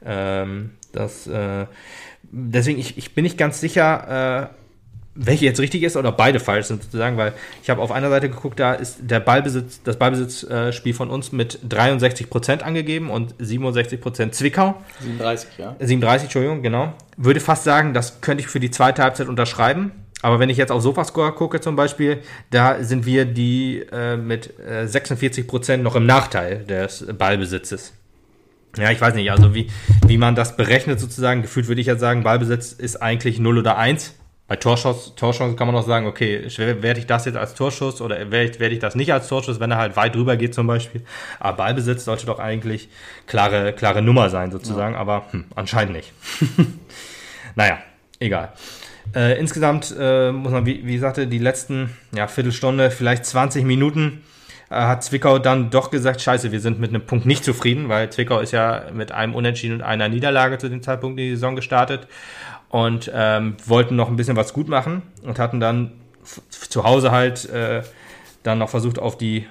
deswegen, ich bin nicht ganz sicher, welche jetzt richtig ist oder beide falsch sind sozusagen, weil ich habe auf einer Seite geguckt, da ist das Ballbesitzspiel von uns mit 63% angegeben und 67% Zwickau. 37, ja. 37, Entschuldigung, genau. Würde fast sagen, das könnte ich für die zweite Halbzeit unterschreiben. Aber wenn ich jetzt auf Sofascore gucke zum Beispiel, da sind wir die mit 46% noch im Nachteil des Ballbesitzes. Ja, ich weiß nicht, also wie man das berechnet sozusagen. Gefühlt würde ich ja sagen, Ballbesitz ist eigentlich 0 oder 1. Bei Torschuss kann man auch sagen, okay, werde ich das jetzt als Torschuss oder werde ich das nicht als Torschuss, wenn er halt weit drüber geht zum Beispiel. Aber Ballbesitz sollte doch eigentlich klare Nummer sein sozusagen, aber anscheinend nicht. Naja, egal. Insgesamt muss man, wie sagte, die letzten Viertelstunde, vielleicht 20 Minuten hat Zwickau dann doch gesagt, scheiße, wir sind mit einem Punkt nicht zufrieden, weil Zwickau ist ja mit einem Unentschieden und einer Niederlage zu dem Zeitpunkt in die Saison gestartet. Und wollten noch ein bisschen was gut machen und hatten dann zu Hause halt dann noch versucht, auf den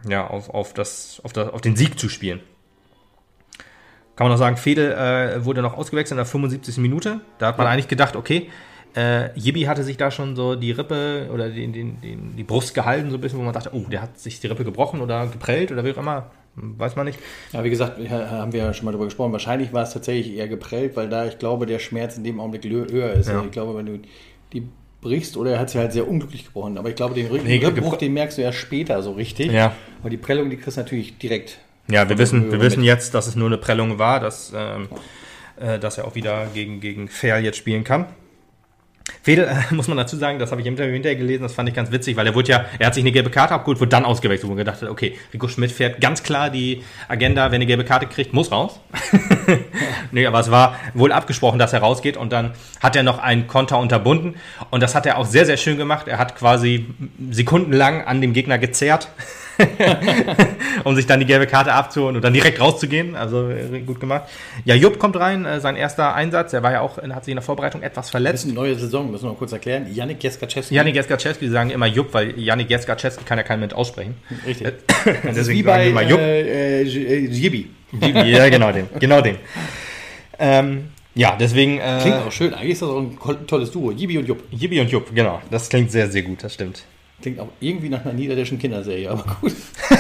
Sieg zu spielen. Kann man noch sagen, Fedel wurde noch ausgewechselt in der 75. Minute. Da hat man eigentlich gedacht, okay, Jibi hatte sich da schon so die Rippe oder die Brust gehalten, so ein bisschen, wo man dachte, oh, der hat sich die Rippe gebrochen oder geprellt oder wie auch immer. Weiß man nicht. Ja, wie gesagt, haben wir ja schon mal darüber gesprochen. Wahrscheinlich war es tatsächlich eher geprellt, weil da, ich glaube, der Schmerz in dem Augenblick höher ist. Ja. Ich glaube, wenn du die brichst, oder er hat sie halt sehr unglücklich gebrochen. Aber ich glaube, den Rückbruch, den merkst du erst später so richtig. Ja. Aber die Prellung, die kriegst du natürlich direkt. Ja, wir wissen jetzt, dass es nur eine Prellung war, dass er auch wieder gegen Ferl jetzt spielen kann. Fedel, muss man dazu sagen, das habe ich im Interview hinterher gelesen, das fand ich ganz witzig, weil er hat sich eine gelbe Karte abgeholt, wurde dann ausgewechselt, wo man gedacht hat, okay, Rico Schmidt fährt ganz klar die Agenda, wenn er eine gelbe Karte kriegt, muss raus. Nee, aber es war wohl abgesprochen, dass er rausgeht und dann hat er noch einen Konter unterbunden und das hat er auch sehr, sehr schön gemacht. Er hat quasi sekundenlang an dem Gegner gezerrt um sich dann die gelbe Karte abzuholen und dann direkt rauszugehen. Also gut gemacht. Ja, Jupp kommt rein, sein erster Einsatz. Er war ja auch, hat sich in der Vorbereitung etwas Das ist verletzt. eine neue Saison, müssen wir mal kurz erklären. Yannick Jeskaczewski. Yannick Jeskaczewski, sie sagen immer Jupp, weil Yannick Jeskaczewski kann ja kein Mensch aussprechen. Richtig. Das ist wie bei Jibi. Ja, genau den. Ja, deswegen... Klingt auch schön. Eigentlich ist das auch ein tolles Duo. Jibi und Jupp. Jibi und Jupp, genau. Das klingt sehr, sehr gut, das stimmt. Klingt auch irgendwie nach einer niederländischen Kinderserie, aber gut.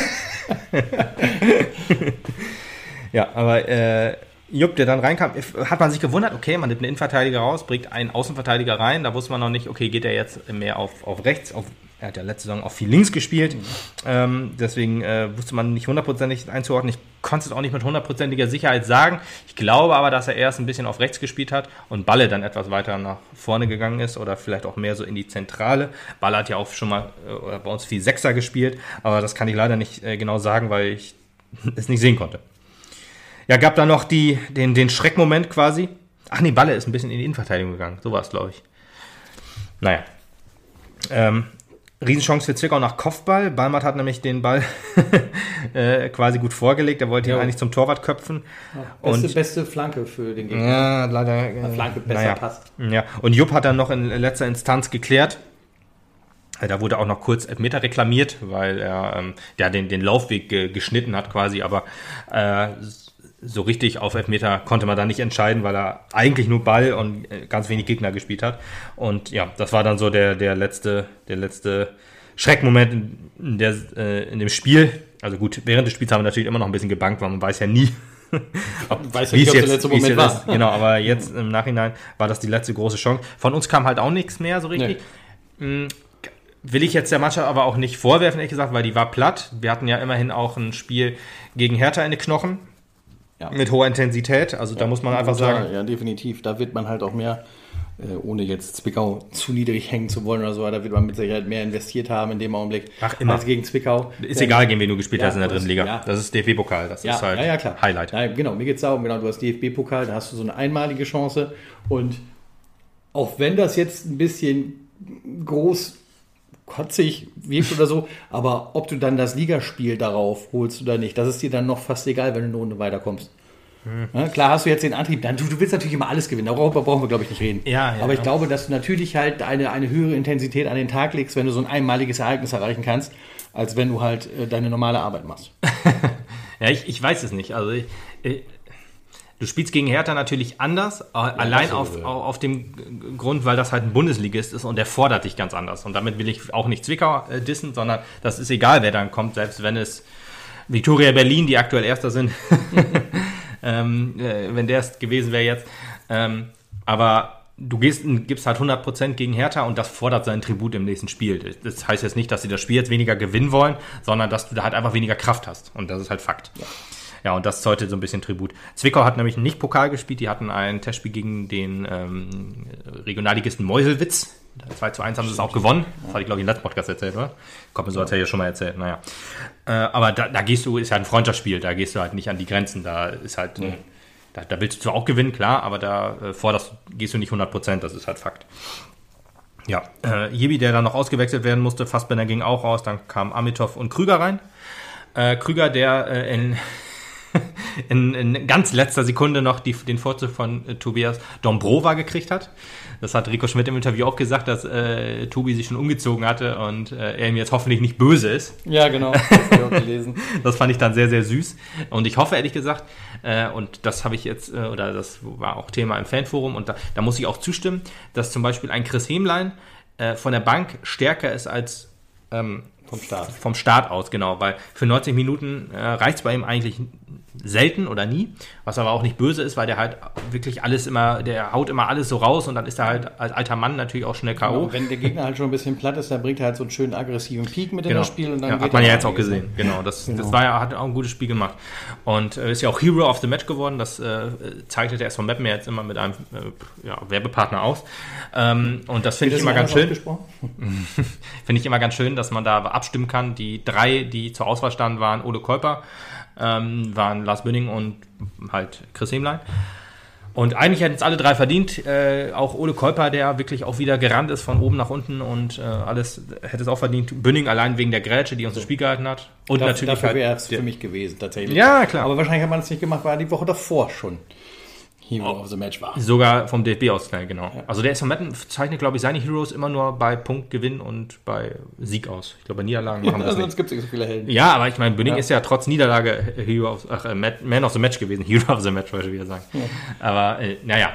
Ja, aber Jupp, der dann reinkam, hat man sich gewundert, okay, man nimmt einen Innenverteidiger raus, bringt einen Außenverteidiger rein, da wusste man noch nicht, okay, geht er jetzt mehr auf rechts, er hat ja letzte Saison auch viel links gespielt, deswegen wusste man nicht hundertprozentig einzuordnen. Ich konnte es auch nicht mit hundertprozentiger Sicherheit sagen. Ich glaube aber, dass er erst ein bisschen auf rechts gespielt hat und Balle dann etwas weiter nach vorne gegangen ist oder vielleicht auch mehr so in die Zentrale. Balle hat ja auch schon mal bei uns viel Sechser gespielt, aber das kann ich leider nicht genau sagen, weil ich es nicht sehen konnte. Ja, gab da noch den Schreckmoment quasi. Ach nee, Balle ist ein bisschen in die Innenverteidigung gegangen. So war es, glaube ich. Naja. Riesenchance für Zwickau nach Kopfball. Balmert hat nämlich den Ball quasi gut vorgelegt. Er wollte ihn eigentlich zum Torwart köpfen. Ja, beste Flanke für den Gegner. Ja, leider. Flanke besser passt. Ja. Und Jupp hat dann noch in letzter Instanz geklärt. Da wurde auch noch kurz Elfmeter reklamiert, weil er den Laufweg geschnitten hat quasi, aber so richtig auf Elfmeter konnte man da nicht entscheiden, weil er eigentlich nur Ball und ganz wenig Gegner gespielt hat. Und ja, das war dann so der letzte Schreckmoment in dem Spiel. Also gut, während des Spiels haben wir natürlich immer noch ein bisschen gebankt, weil man weiß ja nie, wie es der letzte Moment war. Genau, aber jetzt im Nachhinein war das die letzte große Chance. Von uns kam halt auch nichts mehr so richtig. Nee. Will ich jetzt der Mannschaft aber auch nicht vorwerfen, ehrlich gesagt, weil die war platt. Wir hatten ja immerhin auch ein Spiel gegen Hertha in den Knochen. Ja. Mit hoher Intensität, also da muss man einfach sagen. Ja, definitiv. Da wird man halt auch mehr, ohne jetzt Zwickau zu niedrig hängen zu wollen oder so, da wird man mit Sicherheit mehr investiert haben in dem Augenblick als gegen Zwickau. Ist egal, gegen wen du gespielt hast in der dritten Liga. Ja. Das ist DFB-Pokal, das ist halt klar. Highlight. Ja, genau, mir geht es darum, du hast DFB-Pokal, da hast du so eine einmalige Chance und auch wenn das jetzt ein bisschen kotzig wirkt oder so, aber ob du dann das Ligaspiel darauf holst oder nicht, das ist dir dann noch fast egal, wenn du eine Runde weiterkommst. Ja, klar hast du jetzt den Antrieb, du willst natürlich immer alles gewinnen, darüber brauchen wir, glaube ich, nicht reden. Ja, aber ich glaube, dass du natürlich halt eine höhere Intensität an den Tag legst, wenn du so ein einmaliges Ereignis erreichen kannst, als wenn du halt deine normale Arbeit machst. Ja, ich weiß es nicht. Also du spielst gegen Hertha natürlich anders, allein auf dem Grund, weil das halt ein Bundesligist ist und der fordert dich ganz anders. Und damit will ich auch nicht Zwickau dissen, sondern das ist egal, wer dann kommt, selbst wenn es Viktoria Berlin, die aktuell Erster sind, wenn der es gewesen wäre jetzt. Aber du gibst halt 100% gegen Hertha und das fordert seinen Tribut im nächsten Spiel. Das heißt jetzt nicht, dass sie das Spiel jetzt weniger gewinnen wollen, sondern dass du da halt einfach weniger Kraft hast. Und das ist halt Fakt. Ja, und das zollte so ein bisschen Tribut. Zwickau hat nämlich nicht Pokal gespielt, die hatten ein Testspiel gegen den Regionalligisten Meuselwitz. 2:1 haben sie es auch gewonnen. Das hatte ich, glaube ich, im letzten Podcast erzählt, oder? Kommt mir so, als hätte ich das schon mal erzählt. Naja. Aber da gehst du, ist halt ein Freundschaftsspiel, da gehst du halt nicht an die Grenzen. Da ist halt, da willst du zwar auch gewinnen, klar, aber da gehst du nicht 100%, das ist halt Fakt. Ja, Jibi, der dann noch ausgewechselt werden musste, Fassbender ging auch raus, dann kamen Amitov und Krüger rein. Krüger, der in ganz letzter Sekunde noch den Vorzug von Tobias Dombrova gekriegt hat. Das hat Rico Schmidt im Interview auch gesagt, dass Tobi sich schon umgezogen hatte und er ihm jetzt hoffentlich nicht böse ist. Ja, genau. Das habe ich auch gelesen. Das fand ich dann sehr, sehr süß. Und ich hoffe, ehrlich gesagt, und das habe ich jetzt, oder das war auch Thema im Fanforum, und da muss ich auch zustimmen, dass zum Beispiel ein Chris Hemlein von der Bank stärker ist als vom Start aus, genau, weil für 90 Minuten reicht es bei ihm eigentlich selten oder nie, was aber auch nicht böse ist, weil der halt wirklich der haut immer alles so raus und dann ist er halt als alter Mann natürlich auch schnell K.O. Genau, wenn der Gegner halt schon ein bisschen platt ist, dann bringt er halt so einen schönen aggressiven Peak mit in das Spiel und dann geht hat man ja jetzt auch gesehen, genau, das hat auch ein gutes Spiel gemacht und ist ja auch Hero of the Match geworden, das zeichnet der SV Meppen ja jetzt immer mit einem Werbepartner aus und das finde ich immer ganz schön. Finde ich immer ganz schön, dass man da abstimmen kann. Die 3, die zur Auswahl standen, waren Ole Kuiper, waren Lars Bünning und halt Chris Hemlein. Und eigentlich hätten es alle drei verdient. Auch Ole Keuper, der wirklich auch wieder gerannt ist von oben nach unten und alles hätte es auch verdient. Bünning allein wegen der Grätsche, die uns das Spiel gehalten hat. Und natürlich dafür wäre es für mich gewesen, tatsächlich. Ja, klar. Aber wahrscheinlich hat man es nicht gemacht, weil er die Woche davor schon Hero of the Match war. Sogar vom DFB aus, genau. Ja. Also der SV Meppen zeichnet, glaube ich, seine Heroes immer nur bei Punktgewinn und bei Sieg aus. Ich glaube, bei Niederlagen machen das nicht. Sonst gibt es nicht so viele Helden. Ja, aber ich meine, Bünning ist ja trotz Niederlage Man of the Match gewesen. Hero of the Match, wollte ich wieder sagen. Ja. Aber, naja.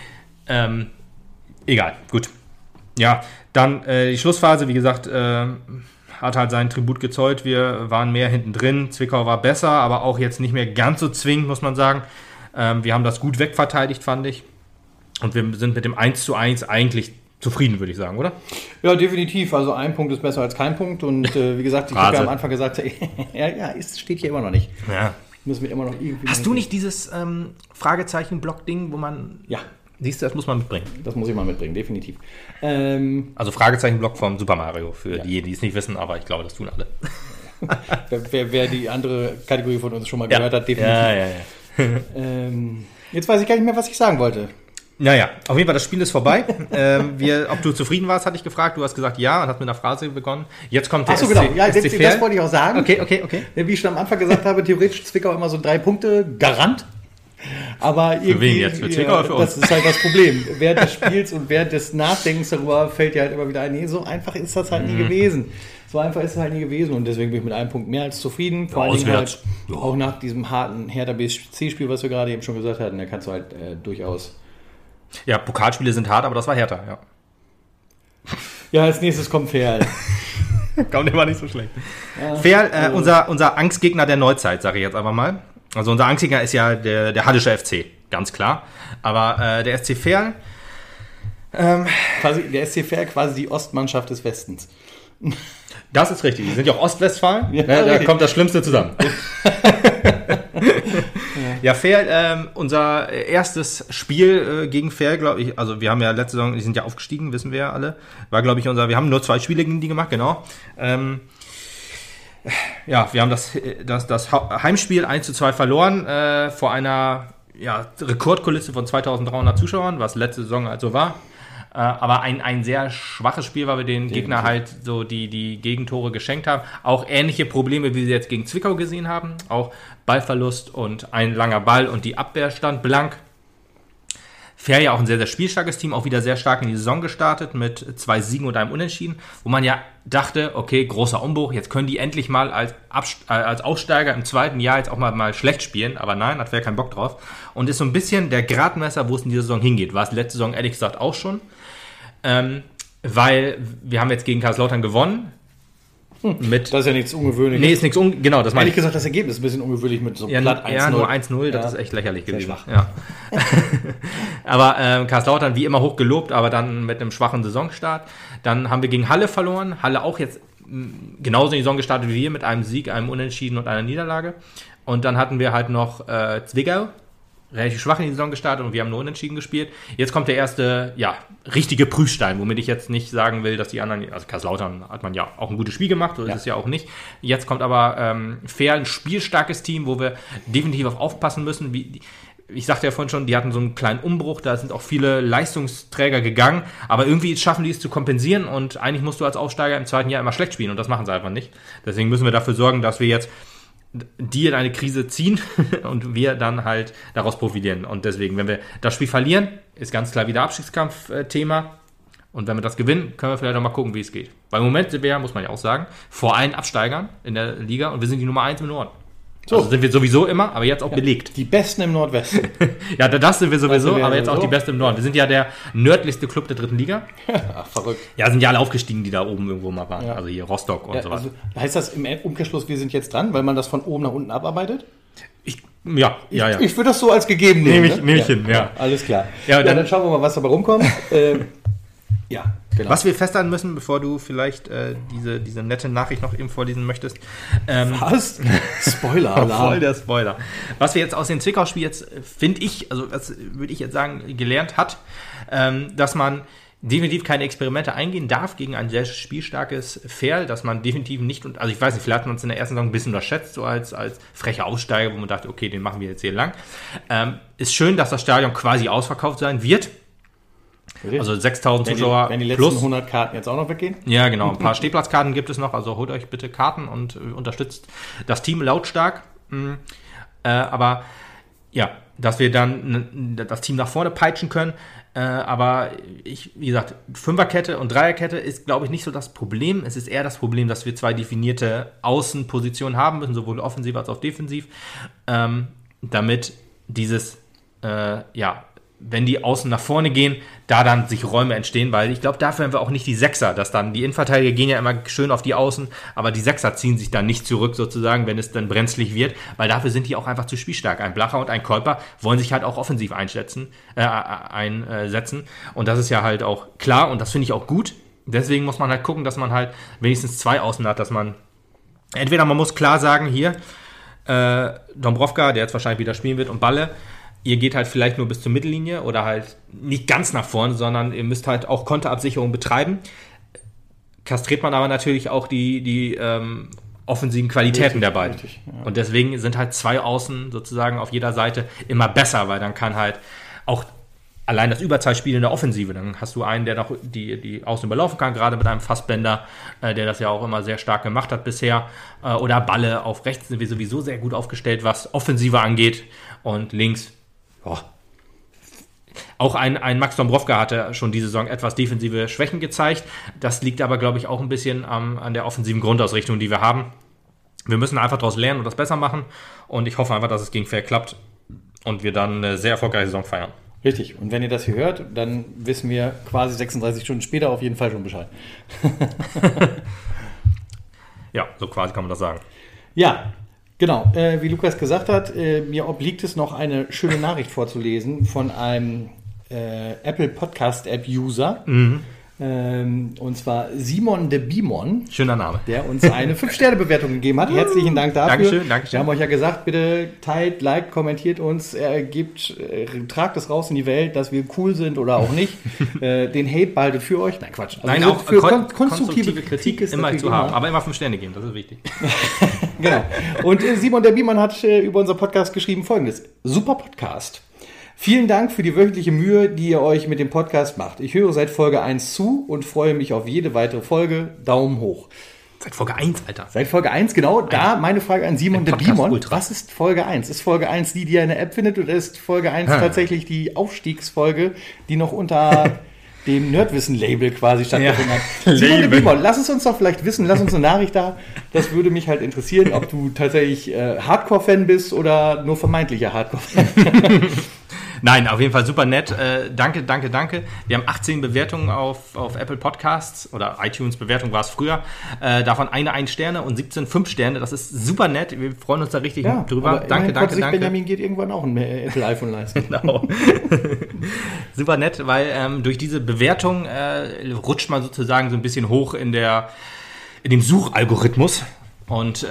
Egal, gut. Ja, dann die Schlussphase, wie gesagt, hat halt seinen Tribut gezollt. Wir waren mehr hinten drin. Zwickau war besser, aber auch jetzt nicht mehr ganz so zwingend, muss man sagen. Wir haben das gut wegverteidigt, fand ich. Und wir sind mit dem 1:1 eigentlich zufrieden, würde ich sagen, oder? Ja, definitiv. Also ein Punkt ist besser als kein Punkt. Und wie gesagt, ich habe ja am Anfang gesagt, es steht hier immer noch nicht. Ja. Müssen wir immer noch irgendwie... Hast du nicht dieses Fragezeichen-Block-Ding, wo man... Ja. Siehst du, das muss man mitbringen. Das muss ich mal mitbringen, definitiv. Also Fragezeichen-Block vom Super Mario, für diejenigen, die es nicht wissen, aber ich glaube, das tun alle. wer die andere Kategorie von uns schon mal gehört hat, definitiv. Ja. Jetzt weiß ich gar nicht mehr, was ich sagen wollte. Naja, auf jeden Fall, das Spiel ist vorbei. Ob du zufrieden warst, hatte ich gefragt. Du hast gesagt, ja, und hast mit einer Phrase begonnen. Jetzt kommt der SC, genau. Ja, das wollte ich auch sagen. Okay. Wie ich schon am Anfang gesagt habe, theoretisch Zwickau immer so 3 Punkte Garant. Aber irgendwie, für wen jetzt? Für Zwickau oder für uns? Das ist halt das Problem. Während des Spiels und während des Nachdenkens darüber fällt dir halt immer wieder ein, nee, so einfach ist das halt nie gewesen. So einfach ist es halt nie gewesen und deswegen bin ich mit einem Punkt mehr als zufrieden. Vor allem halt auch nach diesem harten Hertha BSC-Spiel, was wir gerade eben schon gesagt hatten, da kannst du halt durchaus... Ja, Pokalspiele sind hart, aber das war Hertha, ja. Ja, als nächstes kommt Ferl. Kommt immer nicht so schlecht. Ja, Ferl, unser Angstgegner der Neuzeit, sage ich jetzt einfach mal. Also unser Angstgegner ist ja der Hallische FC, ganz klar. Aber der SC Verl... der SC Verl quasi die Ostmannschaft des Westens. Das ist richtig. Die sind ja auch Ostwestfalen. Ja, da kommt das Schlimmste zusammen. Ja, Verl, unser erstes Spiel gegen Verl, glaube ich, also wir haben ja letzte Saison, die sind ja aufgestiegen, wissen wir ja alle. War, glaube ich, wir haben nur 2 Spiele gegen die gemacht, genau. Ja, wir haben das Heimspiel 1:2 verloren, vor einer Rekordkulisse von 2300 Zuschauern, was letzte Saison also war. Aber ein sehr schwaches Spiel, weil wir den Gegner halt so die Gegentore geschenkt haben. Auch ähnliche Probleme, wie wir jetzt gegen Zwickau gesehen haben. Auch Ballverlust und ein langer Ball und die Abwehr stand blank. Fair ja auch ein sehr, sehr spielstarkes Team, auch wieder sehr stark in die Saison gestartet mit 2 Siegen und einem Unentschieden, wo man ja dachte, okay, großer Umbruch, jetzt können die endlich mal als Aufsteiger im zweiten Jahr jetzt auch mal schlecht spielen, aber nein, hat Fair keinen Bock drauf. Und ist so ein bisschen der Gradmesser, wo es in dieser Saison hingeht. War es letzte Saison ehrlich gesagt auch schon, weil wir haben jetzt gegen Kaiserslautern gewonnen. Das ist ja nichts Ungewöhnliches. Nee, ist nichts genau, das meine ich. Ehrlich gesagt, das Ergebnis ist ein bisschen ungewöhnlich mit so platt 1:0. Ja, nur 1:0, das ist echt lächerlich gewesen. Ja. Aber Kaiserslautern wie immer hoch gelobt, aber dann mit einem schwachen Saisonstart. Dann haben wir gegen Halle verloren. Halle auch jetzt genauso in die Saison gestartet wie wir, mit einem Sieg, einem Unentschieden und einer Niederlage. Und dann hatten wir halt noch Zwickau, relativ schwach in die Saison gestartet und wir haben nur Unentschieden gespielt. Jetzt kommt der erste, richtige Prüfstein, womit ich jetzt nicht sagen will, dass die anderen, also Kaiserslautern hat man ja auch ein gutes Spiel gemacht, so ist es ja auch nicht. Jetzt kommt aber Fair, ein spielstarkes Team, wo wir definitiv aufpassen müssen. Ich sagte ja vorhin schon, die hatten so einen kleinen Umbruch, da sind auch viele Leistungsträger gegangen, aber irgendwie schaffen die es zu kompensieren und eigentlich musst du als Aufsteiger im zweiten Jahr immer schlecht spielen und das machen sie einfach nicht. Deswegen müssen wir dafür sorgen, dass wir jetzt die in eine Krise ziehen und wir dann halt daraus profitieren. Und deswegen, wenn wir das Spiel verlieren, ist ganz klar wieder Abstiegskampf-Thema. Und wenn wir das gewinnen, können wir vielleicht auch mal gucken, wie es geht. Weil im Moment sind wir ja, muss man ja auch sagen, vor allen Absteigern in der Liga und wir sind die Nummer 1 im Norden. So. Also sind wir sowieso immer, aber jetzt auch belegt. Die Besten im Nordwesten. Ja, das sind wir sowieso, aber jetzt auch die Besten im Norden. Wir sind ja der nördlichste Club der 3. Liga. Ach, verrückt. Ja, sind ja alle aufgestiegen, die da oben irgendwo mal waren. Ja. Also hier Rostock und sowas. Also heißt das im Umkehrschluss, wir sind jetzt dran, weil man das von oben nach unten abarbeitet? Ich würde das so als gegeben nehmen. Nehme ich hin, ja. Alles klar. Ja, dann schauen wir mal, was dabei rumkommt. Genau. Was wir festhalten müssen, bevor du vielleicht diese nette Nachricht noch eben vorlesen möchtest. Was? Spoiler-Alarm. Voll der Spoiler. Was wir jetzt aus dem Zwickau-Spiel jetzt, finde ich, also was würde ich jetzt sagen, gelernt hat, dass man definitiv keine Experimente eingehen darf gegen ein sehr spielstarkes Ferl, dass man definitiv nicht, also ich weiß nicht, vielleicht hat man uns in der ersten Saison ein bisschen unterschätzt, so als frecher Aussteiger, wo man dachte, okay, den machen wir jetzt hier lang. Ist schön, dass das Stadion quasi ausverkauft sein wird. Also 6.000 Zuschauer wenn die letzten plus 100 Karten jetzt auch noch weggehen? Ja, genau. Ein paar Stehplatzkarten gibt es noch, also holt euch bitte Karten und unterstützt das Team lautstark. Aber ja, dass wir dann das Team nach vorne peitschen können. Aber wie gesagt, Fünferkette und Dreierkette ist, glaube ich, nicht so das Problem. Es ist eher das Problem, dass wir 2 definierte Außenpositionen haben müssen, sowohl offensiv als auch defensiv, damit dieses, wenn die Außen nach vorne gehen, da dann sich Räume entstehen, weil ich glaube, dafür haben wir auch nicht die Sechser, dass dann die Innenverteidiger gehen ja immer schön auf die Außen, aber die Sechser ziehen sich dann nicht zurück sozusagen, wenn es dann brenzlig wird, weil dafür sind die auch einfach zu spielstark. Ein Blacher und ein Kolper wollen sich halt auch offensiv einsetzen und das ist ja halt auch klar und das finde ich auch gut. Deswegen muss man halt gucken, dass man halt wenigstens 2 Außen hat, dass man entweder man muss klar sagen, hier Dombrovka, der jetzt wahrscheinlich wieder spielen wird, und Balle, ihr geht halt vielleicht nur bis zur Mittellinie oder halt nicht ganz nach vorne, sondern ihr müsst halt auch Konterabsicherung betreiben. Kastriert man aber natürlich auch die offensiven Qualitäten der beiden. Richtig, ja. Und deswegen sind halt 2 Außen sozusagen auf jeder Seite immer besser, weil dann kann halt auch allein das Überzahlspiel in der Offensive, dann hast du einen, der noch die Außen überlaufen kann, gerade mit einem Fassbender, der das ja auch immer sehr stark gemacht hat bisher. Oder Balle auf rechts sind wir sowieso sehr gut aufgestellt, was Offensive angeht. Und links auch ein Max Dombrovka hatte schon diese Saison etwas defensive Schwächen gezeigt. Das liegt aber, glaube ich, auch ein bisschen an der offensiven Grundausrichtung, die wir haben. Wir müssen einfach daraus lernen und das besser machen. Und ich hoffe einfach, dass es gegen Fair klappt und wir dann eine sehr erfolgreiche Saison feiern. Richtig. Und wenn ihr das hier hört, dann wissen wir quasi 36 Stunden später auf jeden Fall schon Bescheid. Ja, so quasi kann man das sagen. Ja, genau, wie Lukas gesagt hat, mir obliegt es noch eine schöne Nachricht vorzulesen von einem Apple Podcast App User. Und zwar Simon de Bimon. Schöner Name. Der uns eine 5-Sterne-Bewertung gegeben hat. Herzlichen Dank dafür. Dankeschön. Wir haben euch ja gesagt, bitte teilt, liked, kommentiert uns, tragt es raus in die Welt, dass wir cool sind oder auch nicht. Den Hate behaltet für euch. Nein, Quatsch. Also Nein, auch für konstruktive Kritik ist immer zu haben. Aber immer 5 Sterne geben, das ist wichtig. Genau. Und Simon der Biemann hat über unser Podcast geschrieben Folgendes. Super Podcast. Vielen Dank für die wöchentliche Mühe, die ihr euch mit dem Podcast macht. Ich höre seit Folge 1 zu und freue mich auf jede weitere Folge. Daumen hoch. Seit Folge 1, Alter. Seit Folge 1, genau. Da meine Frage an Simon de Bimon. Was ist Folge 1? Ist Folge 1 die ihr in der App findet, oder ist Folge 1 tatsächlich die Aufstiegsfolge, die noch unter dem Nerdwissen-Label quasi stattgefunden hat? Simon de Bimon, lass es uns doch vielleicht wissen. Lass uns eine Nachricht da. Das würde mich halt interessieren, ob du tatsächlich Hardcore-Fan bist oder nur vermeintlicher Hardcore-Fan. Nein, auf jeden Fall super nett. Danke. Wir haben 18 Bewertungen auf Apple Podcasts oder iTunes-Bewertung war es früher. Davon eine 1 Sterne und 17 5 Sterne. Das ist super nett. Wir freuen uns da richtig drüber. Danke. Benjamin geht irgendwann auch ein Apple iPhone leisten. Genau. Super nett, weil durch diese Bewertung rutscht man sozusagen so ein bisschen hoch in dem Suchalgorithmus. Und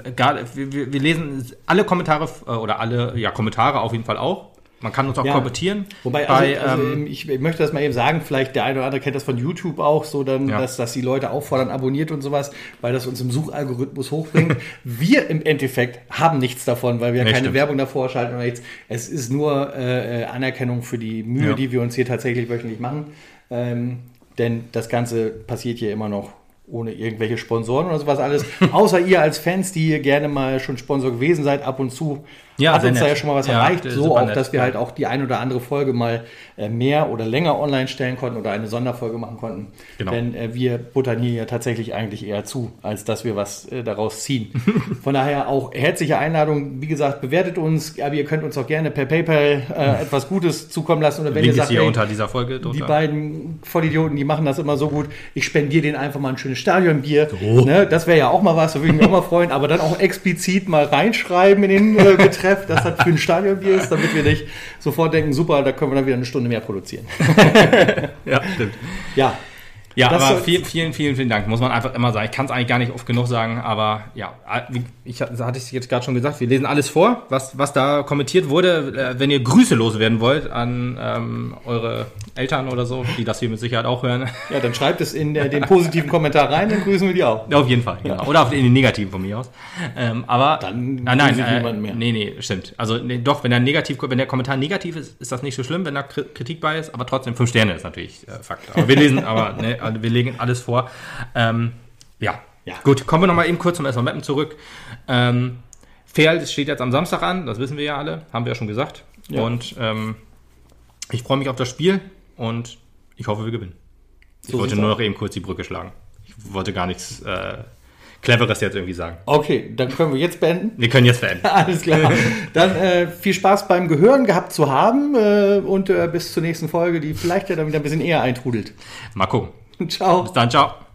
wir lesen alle Kommentare oder alle Kommentare auf jeden Fall auch. Man kann uns auch kommentieren. Wobei, ich möchte das mal eben sagen, vielleicht der eine oder andere kennt das von YouTube auch, so dann, dass die Leute auffordern, abonniert und sowas, weil das uns im Suchalgorithmus hochbringt. Wir im Endeffekt haben nichts davon, weil wir keine Werbung davor schalten oder nichts. Es ist nur Anerkennung für die Mühe, die wir uns hier tatsächlich wöchentlich machen. Denn das Ganze passiert hier immer noch ohne irgendwelche Sponsoren oder sowas alles. Außer ihr als Fans, die gerne mal schon Sponsor gewesen seid, ab und zu hat uns da ja schon mal was erreicht. So auch, dass wir halt auch die ein oder andere Folge mal mehr oder länger online stellen konnten oder eine Sonderfolge machen konnten. Genau. Denn wir buttern hier ja tatsächlich eigentlich eher zu, als dass wir was daraus ziehen. Von daher auch herzliche Einladung. Wie gesagt, bewertet uns, aber ihr könnt uns auch gerne per PayPal etwas Gutes zukommen lassen. Oder wenn Link ihr sagt, hier unter dieser Folge drunter. Die beiden Vollidioten, die machen das immer so gut. Ich spendiere denen einfach mal ein schönes Stadionbier. So. Ne? Das wäre ja auch mal was, da würde ich mich auch mal freuen. Aber dann auch explizit mal reinschreiben in den Betreff, dass das für ein Stadionbier ist, damit wir nicht sofort denken, super, da können wir dann wieder eine Stunde mehr produzieren. Ja, stimmt. Ja. Ja, Das aber soll's- vielen Dank. Muss man einfach immer sagen. Ich kann es eigentlich gar nicht oft genug sagen, aber ja, hatte ich jetzt gerade schon gesagt, wir lesen alles vor, was da kommentiert wurde. Wenn ihr Grüße loswerden wollt an eure Eltern oder so, die das hier mit Sicherheit auch hören. Ja, dann schreibt es in den positiven Kommentar rein, dann grüßen wir die auch. Auf jeden Fall, genau. Oder in den negativen von mir aus. Aber Dann nein, grüße ich niemanden mehr. Nee, stimmt. Also doch, wenn der Kommentar negativ ist, ist das nicht so schlimm, wenn da Kritik bei ist, aber trotzdem 5 Sterne ist natürlich Fakt. Aber wir lesen, also wir legen alles vor. Ja. Gut, kommen wir nochmal eben kurz zum SV Meppen zurück. Ferl steht jetzt am Samstag an, das wissen wir ja alle, haben wir ja schon gesagt. Ja. Und ich freue mich auf das Spiel und ich hoffe, wir gewinnen. Ich wollte sieht's nur aus. noch eben kurz die Brücke schlagen. Ich wollte gar nichts Cleveres jetzt irgendwie sagen. Okay, dann können wir jetzt beenden. Wir können jetzt beenden. Alles klar. Dann viel Spaß beim Gehören gehabt zu haben und bis zur nächsten Folge, die vielleicht ja dann wieder ein bisschen eher eintrudelt. Mal gucken. Ciao. Bis dann, ciao.